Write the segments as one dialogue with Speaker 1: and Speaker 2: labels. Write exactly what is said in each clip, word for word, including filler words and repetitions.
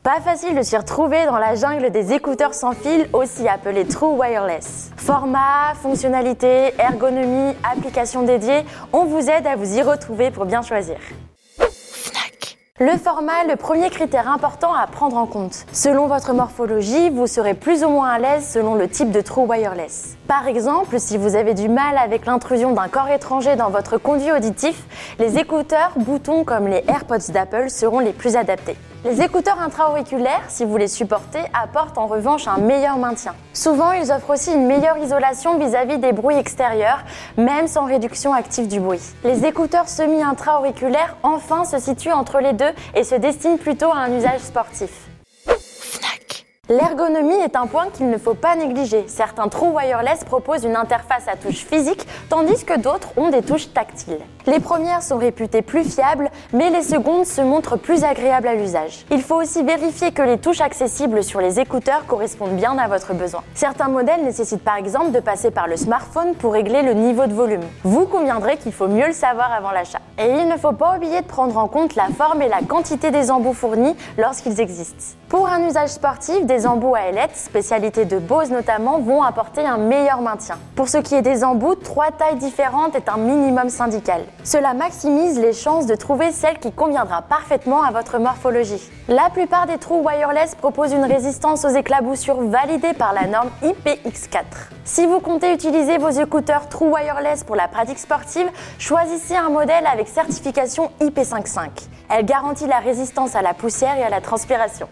Speaker 1: Pas facile de s'y retrouver dans la jungle des écouteurs sans fil, aussi appelés True Wireless. Format, fonctionnalité, ergonomie, application dédiée, on vous aide à vous y retrouver pour bien choisir. Le format est le premier critère important à prendre en compte. Selon votre morphologie, vous serez plus ou moins à l'aise selon le type de True Wireless. Par exemple, si vous avez du mal avec l'intrusion d'un corps étranger dans votre conduit auditif, les écouteurs boutons comme les AirPods d'Apple seront les plus adaptés. Les écouteurs intra-auriculaires, si vous les supportez, apportent en revanche un meilleur maintien. Souvent, ils offrent aussi une meilleure isolation vis-à-vis des bruits extérieurs, même sans réduction active du bruit. Les écouteurs semi-intra-auriculaires, enfin, se situent entre les deux et se destinent plutôt à un usage sportif. L'ergonomie est un point qu'il ne faut pas négliger. Certains True Wireless proposent une interface à touches physiques, tandis que d'autres ont des touches tactiles. Les premières sont réputées plus fiables, mais les secondes se montrent plus agréables à l'usage. Il faut aussi vérifier que les touches accessibles sur les écouteurs correspondent bien à votre besoin. Certains modèles nécessitent par exemple de passer par le smartphone pour régler le niveau de volume. Vous conviendrez qu'il faut mieux le savoir avant l'achat. Et il ne faut pas oublier de prendre en compte la forme et la quantité des embouts fournis lorsqu'ils existent. Pour un usage sportif, des embouts à ailettes, spécialité de Bose notamment, vont apporter un meilleur maintien. Pour ce qui est des embouts, trois tailles différentes est un minimum syndical. Cela maximise les chances de trouver celle qui conviendra parfaitement à votre morphologie. La plupart des True Wireless proposent une résistance aux éclaboussures validée par la norme I P X quatre. Si vous comptez utiliser vos écouteurs True Wireless pour la pratique sportive, choisissez un modèle avec certification I P cinquante-cinq. Elle garantit la résistance à la poussière et à la transpiration.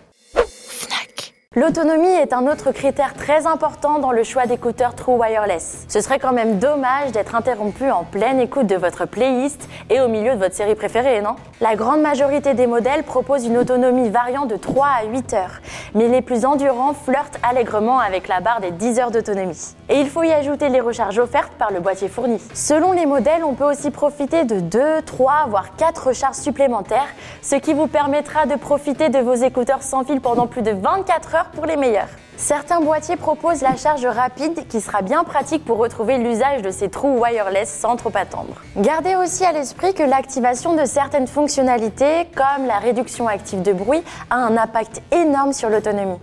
Speaker 1: L'autonomie est un autre critère très important dans le choix d'écouteurs True Wireless. Ce serait quand même dommage d'être interrompu en pleine écoute de votre playlist et au milieu de votre série préférée, non? La grande majorité des modèles proposent une autonomie variant de trois à huit heures, mais les plus endurants flirtent allègrement avec la barre des dix heures d'autonomie. Et il faut y ajouter les recharges offertes par le boîtier fourni. Selon les modèles, on peut aussi profiter de deux, trois, voire quatre recharges supplémentaires, ce qui vous permettra de profiter de vos écouteurs sans fil pendant plus de vingt-quatre heures pour les meilleurs. Certains boîtiers proposent la charge rapide qui sera bien pratique pour retrouver l'usage de ces True Wireless sans trop attendre. Gardez aussi à l'esprit que l'activation de certaines fonctionnalités, comme la réduction active de bruit, a un impact énorme sur l'autonomie.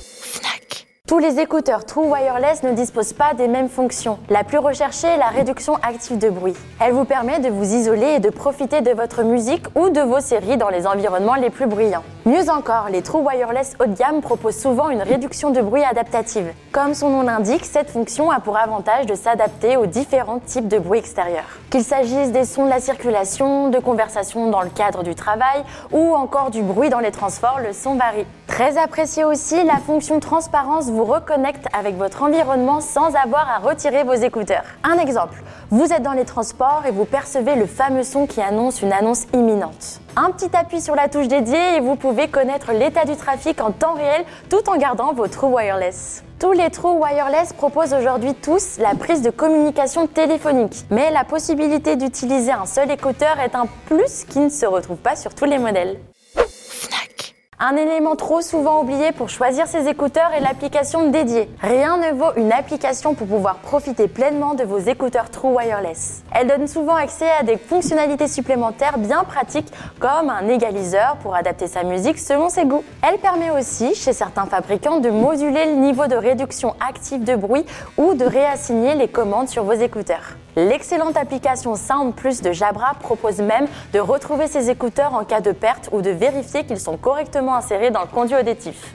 Speaker 1: Tous les écouteurs True Wireless ne disposent pas des mêmes fonctions. La plus recherchée est la réduction active de bruit. Elle vous permet de vous isoler et de profiter de votre musique ou de vos séries dans les environnements les plus bruyants. Mieux encore, les True Wireless haut de gamme proposent souvent une réduction de bruit adaptative. Comme son nom l'indique, cette fonction a pour avantage de s'adapter aux différents types de bruit extérieurs. Qu'il s'agisse des sons de la circulation, de conversations dans le cadre du travail ou encore du bruit dans les transports, le son varie. Très apprécié aussi, la fonction transparence vous reconnecte avec votre environnement sans avoir à retirer vos écouteurs. Un exemple, vous êtes dans les transports et vous percevez le fameux son qui annonce une annonce imminente. Un petit appui sur la touche dédiée et vous pouvez connaître l'état du trafic en temps réel tout en gardant vos True Wireless. Tous les True Wireless proposent aujourd'hui tous la prise de communication téléphonique, mais la possibilité d'utiliser un seul écouteur est un plus qui ne se retrouve pas sur tous les modèles. Un élément trop souvent oublié pour choisir ses écouteurs est l'application dédiée. Rien ne vaut une application pour pouvoir profiter pleinement de vos écouteurs True Wireless. Elle donne souvent accès à des fonctionnalités supplémentaires bien pratiques comme un égaliseur pour adapter sa musique selon ses goûts. Elle permet aussi, chez certains fabricants, de moduler le niveau de réduction active de bruit ou de réassigner les commandes sur vos écouteurs. L'excellente application Sound Plus de Jabra propose même de retrouver ses écouteurs en cas de perte ou de vérifier qu'ils sont correctement insérés dans le conduit auditif.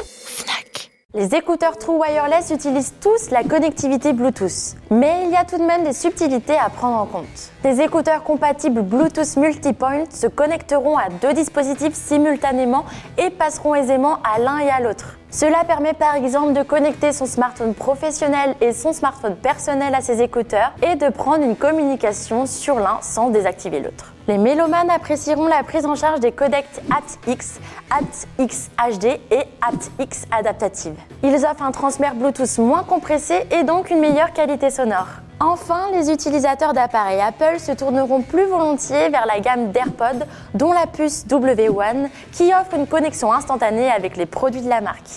Speaker 1: Les écouteurs True Wireless utilisent tous la connectivité Bluetooth, mais il y a tout de même des subtilités à prendre en compte. Des écouteurs compatibles Bluetooth Multipoint se connecteront à deux dispositifs simultanément et passeront aisément à l'un et à l'autre. Cela permet par exemple de connecter son smartphone professionnel et son smartphone personnel à ses écouteurs et de prendre une communication sur l'un sans désactiver l'autre. Les mélomanes apprécieront la prise en charge des codecs A T X, A T X H D et A T X adaptative. Ils offrent un transfert Bluetooth moins compressé et donc une meilleure qualité sonore. Enfin, les utilisateurs d'appareils Apple se tourneront plus volontiers vers la gamme d'AirPods, dont la puce W un, qui offre une connexion instantanée avec les produits de la marque.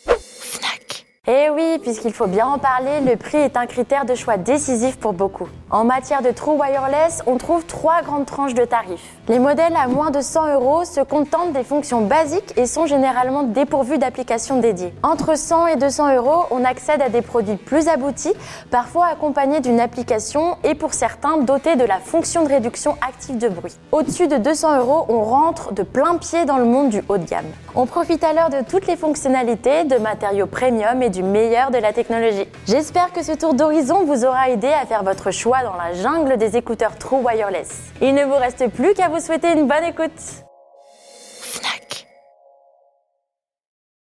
Speaker 1: Et oui, puisqu'il faut bien en parler, le prix est un critère de choix décisif pour beaucoup. En matière de True Wireless, on trouve trois grandes tranches de tarifs. Les modèles à moins de cent euros se contentent des fonctions basiques et sont généralement dépourvus d'applications dédiées. Entre cent et deux cents euros, on accède à des produits plus aboutis, parfois accompagnés d'une application et pour certains dotés de la fonction de réduction active de bruit. Au-dessus de deux cents euros, on rentre de plein pied dans le monde du haut de gamme. On profite alors de toutes les fonctionnalités, de matériaux premium et du meilleur de la technologie. J'espère que ce tour d'horizon vous aura aidé à faire votre choix dans la jungle des écouteurs True Wireless. Il ne vous reste plus qu'à vous souhaiter une bonne écoute.